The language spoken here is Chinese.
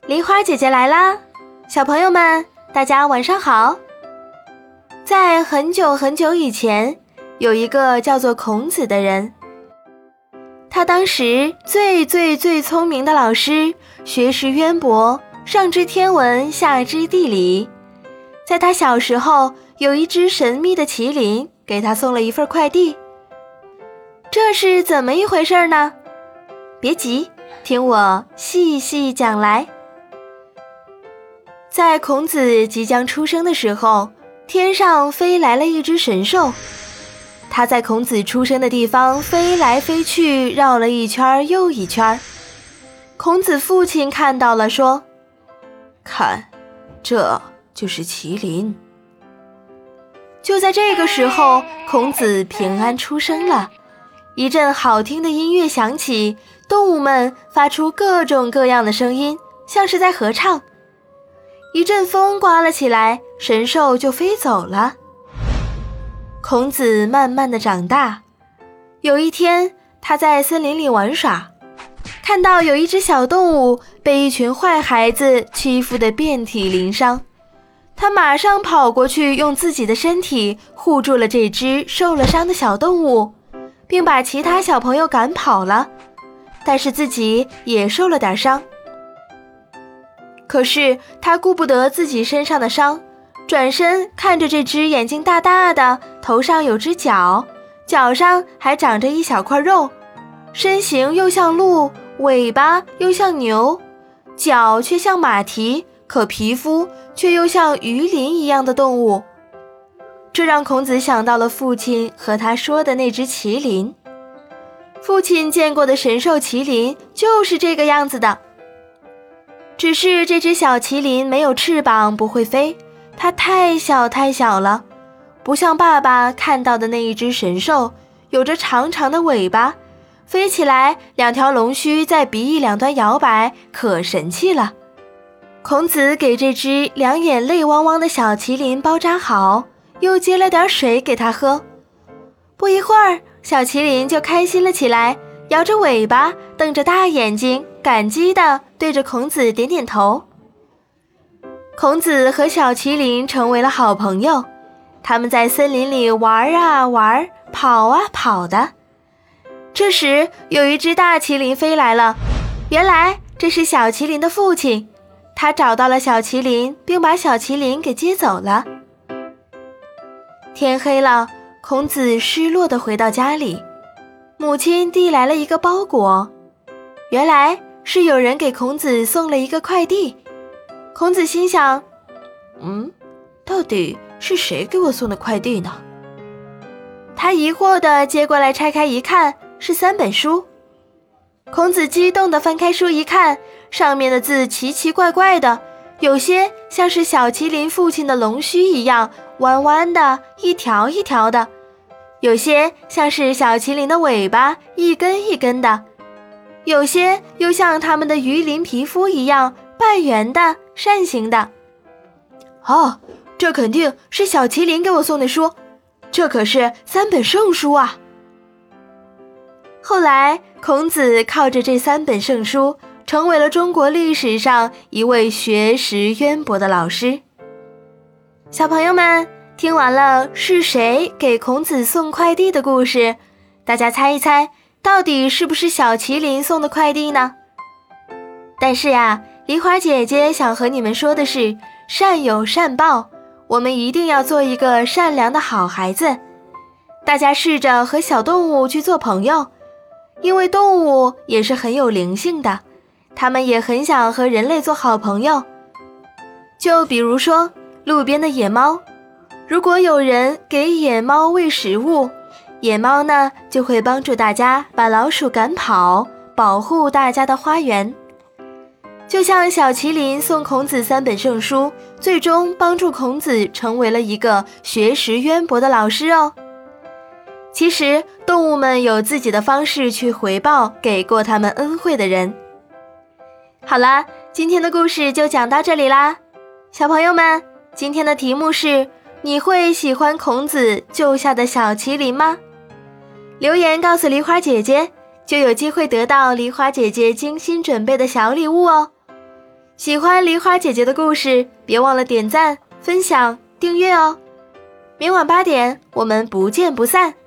梨花姐姐来啦！小朋友们，大家晚上好。在很久很久以前，有一个叫做孔子的人，他当时最聪明的老师，学识渊博，上知天文，下知地理。在他小时候，有一只神秘的麒麟给他送了一份快递。这是怎么一回事呢？别急，听我细细讲来。在孔子即将出生的时候，天上飞来了一只神兽。它在孔子出生的地方飞来飞去，绕了一圈又一圈。孔子父亲看到了，说：看，这就是麒麟。就在这个时候，孔子平安出生了。一阵好听的音乐响起，动物们发出各种各样的声音，像是在合唱。一阵风刮了起来，神兽就飞走了。孔子慢慢的长大。有一天，他在森林里玩耍，看到有一只小动物被一群坏孩子欺负得遍体鳞伤。他马上跑过去，用自己的身体护住了这只受了伤的小动物，并把其他小朋友赶跑了，但是自己也受了点伤。可是他顾不得自己身上的伤，转身看着这只眼睛大大的，头上有只角，脚上还长着一小块肉，身形又像鹿，尾巴又像牛，脚却像马蹄，可皮肤却又像鱼鳞一样的动物。这让孔子想到了父亲和他说的那只麒麟。父亲见过的神兽麒麟就是这个样子的，只是这只小麒麟没有翅膀，不会飞，它太小了，不像爸爸看到的那一只神兽，有着长长的尾巴，飞起来两条龙须在鼻翼两端摇摆，可神气了。孔子给这只两眼泪汪汪的小麒麟包扎好，又接了点水给它喝。不一会儿，小麒麟就开心了起来，摇着尾巴，瞪着大眼睛，感激地对着孔子点点头。孔子和小麒麟成为了好朋友，他们在森林里玩啊玩，跑啊跑的。这时有一只大麒麟飞来了，原来这是小麒麟的父亲，他找到了小麒麟，并把小麒麟给接走了。天黑了，孔子失落地回到家里，母亲递来了一个包裹，原来是有人给孔子送了一个快递。孔子心想，到底是谁给我送的快递呢？他疑惑地接过来拆开一看，是3本书。孔子激动地翻开书一看，上面的字奇奇怪怪的，有些像是小麒麟父亲的龙须一样弯弯的，一条一条的，有些像是小麒麟的尾巴，一根一根的，有些又像他们的鱼鳞皮肤一样半圆的，扇形的。这肯定是小麒麟给我送的书，这可是3本圣书啊。后来孔子靠着这3本圣书，成为了中国历史上一位学识渊博的老师。小朋友们，听完了是谁给孔子送快递的故事，大家猜一猜，到底是不是小麒麟送的快递呢？但是呀，梨花姐姐想和你们说的是，善有善报，我们一定要做一个善良的好孩子。大家试着和小动物去做朋友，因为动物也是很有灵性的，它们也很想和人类做好朋友。就比如说路边的野猫，如果有人给野猫喂食物，野猫呢就会帮助大家把老鼠赶跑，保护大家的花园。就像小麒麟送孔子3本圣书，最终帮助孔子成为了一个学识渊博的老师哦。其实动物们有自己的方式去回报给过他们恩惠的人。好啦，今天的故事就讲到这里啦。小朋友们，今天的题目是，你会喜欢孔子救下的小麒麟吗？留言告诉梨花姐姐，就有机会得到梨花姐姐精心准备的小礼物哦。 喜欢梨花姐姐的故事，别忘了点赞、分享、订阅哦。明晚8点，我们不见不散。